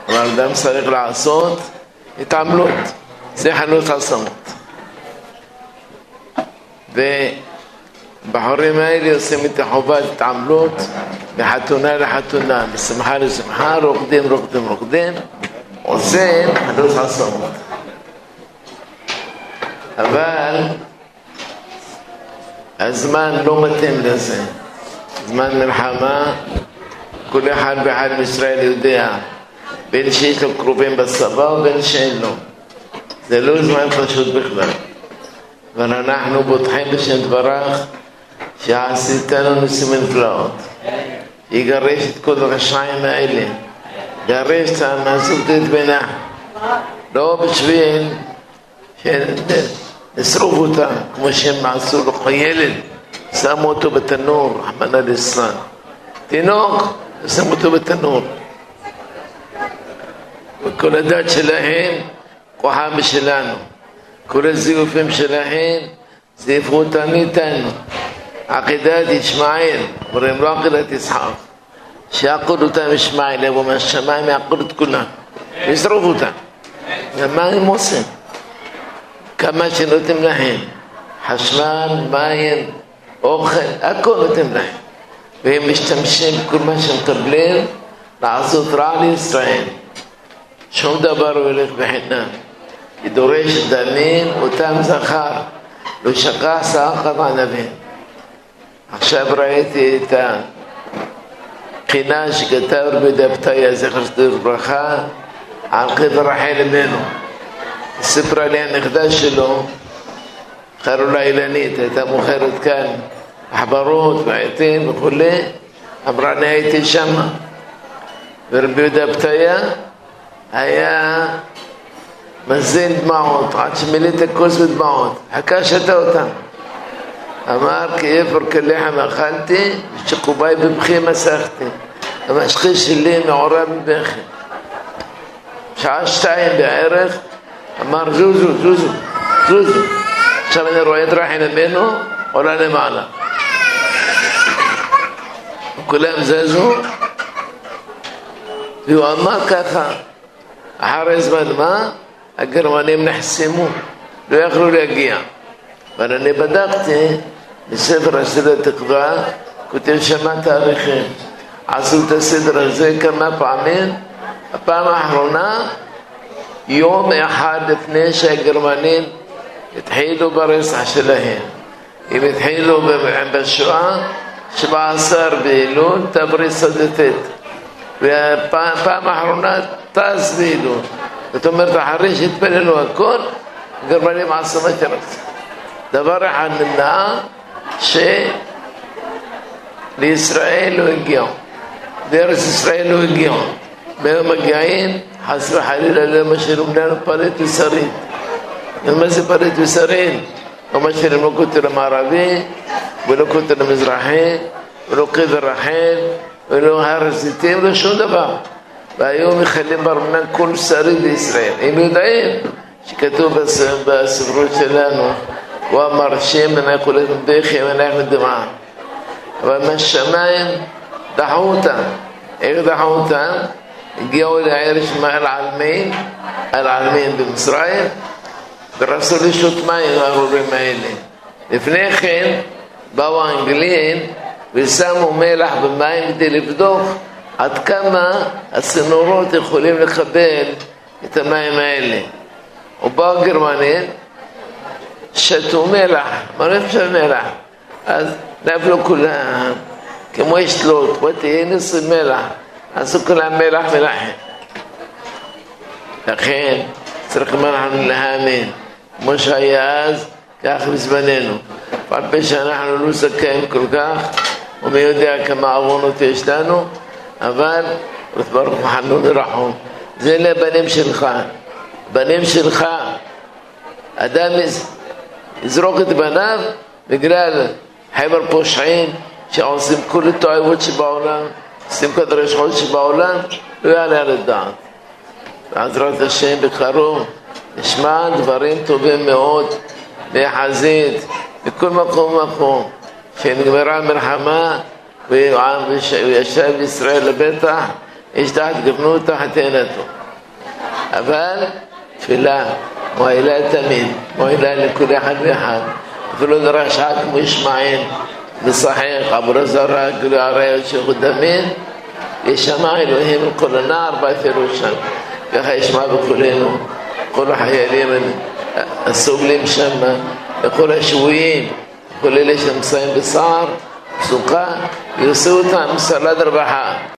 אבל אדם צריך לעשות התעמלות, זה חנות חסמות. ובחורים האלה עושים את החובת התעמלות מחתונה לחתונה, משמחה לשמחה, רוקדים, עושים חנות חסמות. אבל הזמן לא מתאים לזה, זמן מלחמה, כל אחד ואחד מישראל יודע, בין שיש לו קרובים בצבא ובין שאין לו. זה לא זמן פשוט בכלל. אבל אנחנו בוטחים בשם דברך שעשיתנו ניסים נפלאות. יגרש את כל הרשעים האלה. יגרש את המעשותית בינה. לא בשביל שנשרוף אותה, כמו שהם עשו לו ילד. שמו אותו בתנור, רחמנא ליצלן. תינוק, שמו אותו בתנור. וכל הדת שלהם כוחם בשלנו. כל הזיופים שלהם זיפו אותם מאיתנו. עקידת ישמעאל, אומרים לא עקידת יצחק, שיעקוד אותם ישמעאל, יבוא מהשמיים יעקוד את כולם, ישרוף אותם. ומה הם עושים? כמה שנותנים להם, חשמל, מים, אוכל, הכל נותנים להם. והם משתמשים בכל מה שמקבלים לעשות רע לישראל. שום דבר הוא הולך בחינם. ידורש דמים אותם זכר, לא שכח סחר ענבים. עכשיו ראיתי את הבחינה שכתב רבי דבתיה זכר צדיק לברכה על קבר רחל אמנו. סיפרה לי הנכדה שלו, קראו לה אילנית, הייתה מוכרת כאן מחברות ועיתים וכו'. אמרה אני הייתי שמה, ורבי דבתיה היה מזין דמעות, עד שמילא את הכוס בדמעות, חכה שתה אותם. אמר כי אפר כלחם אכלתי, שחוביי בבכי מסכתי. המשכי שלי מעורב בבכי. שעה 2 בערך, אמר זוזו. עכשיו אני רואה את רחל אמנו, עולה למעלה. כולם זזו, והוא אמר ככה, אחרי זמן מה? הגרמנים נחסמו, לא יכלו להגיע. אבל אני בדקתי בספר הסדר התקווה, כותב שמה תאריכים. עשו את הסדר הזה כמה פעמים. הפעם האחרונה, יום אחד לפני שהגרמנים התחילו ברצח שלהם. הם התחילו בשואה 17 באלול, תבריס סדתת. והפעם האחרונה טס באלול. זאת אומרת, אחרי שהתפללו הכל, הגרמנים עשו מה שרצו. דבר אחד נמנע, שלישראל לא הגיעו. לארץ ישראל לא הגיעו. והם מגיעים, חס וחלילה לא משאירים לנו פריט ושריד. מה זה פריט ושריד? לא משאירים לא כותל המערבי, ולא כותל המזרחי, ולא קבר רחל, ולא הר הזיתים, לא שום דבר. והיום מכלים ברמנן כל שריד לישראל. הם יודעים שכתוב בספרות שלנו, הוא אמר שם אנחנו הולכים בכי ואנחנו דמעה. אבל מהשמיים דחו אותם. איך דחו אותם? הגיעו לעיר שמה אל-עלמין במצרים, ורצו לשתות מים הארורים האלה. לפני כן באו האנגלים ושמו מלח במים כדי לבדוק עד כמה הצינורות יכולים לקבל את המים האלה. ובאו הגרמנים, שתו מלח, מה לא אפשר מלח? אז נפלו כולם, כמו ישתלות, תהיה נסו מלח, עשו כולם מלח מלחם. לכן צריכים אנחנו להאמין, כמו שהיה אז, כך בזמננו. פעם פה שאנחנו לא זכאים כל כך, ומי יודע כמה עוונות יש לנו, אבל ברוך חנון ורחום. זה לבנים שלך. בנים שלך, אדם יזרוק את בניו בגלל חבר פושעים שעושים כל התועבות שבעולם, עושים כל הרשעות שבעולם, לא יעלה על הדעת. בעזרת השם בקרוב נשמע דברים טובים מאוד בחזית, בכל מקום ומקום, שנגמרה מלחמה וישב ישראל לבטח, איש תחת גפנו תחת תאנתו. אבל תפילה מועילה תמיד, מועילה לכל אחד ואחד. אפילו דרש חד כמו ישמעאל משחק עבור זרה גלוי עריות שחודמים, ישמע אלוהים לכל הנער בהפירושם. ככה ישמע בכולנו, כל החיילים הסובלים שם, וכל השבויים, כל אלה שנמצאים בצער, בסוכה, יעשו אותם סלד רווחה.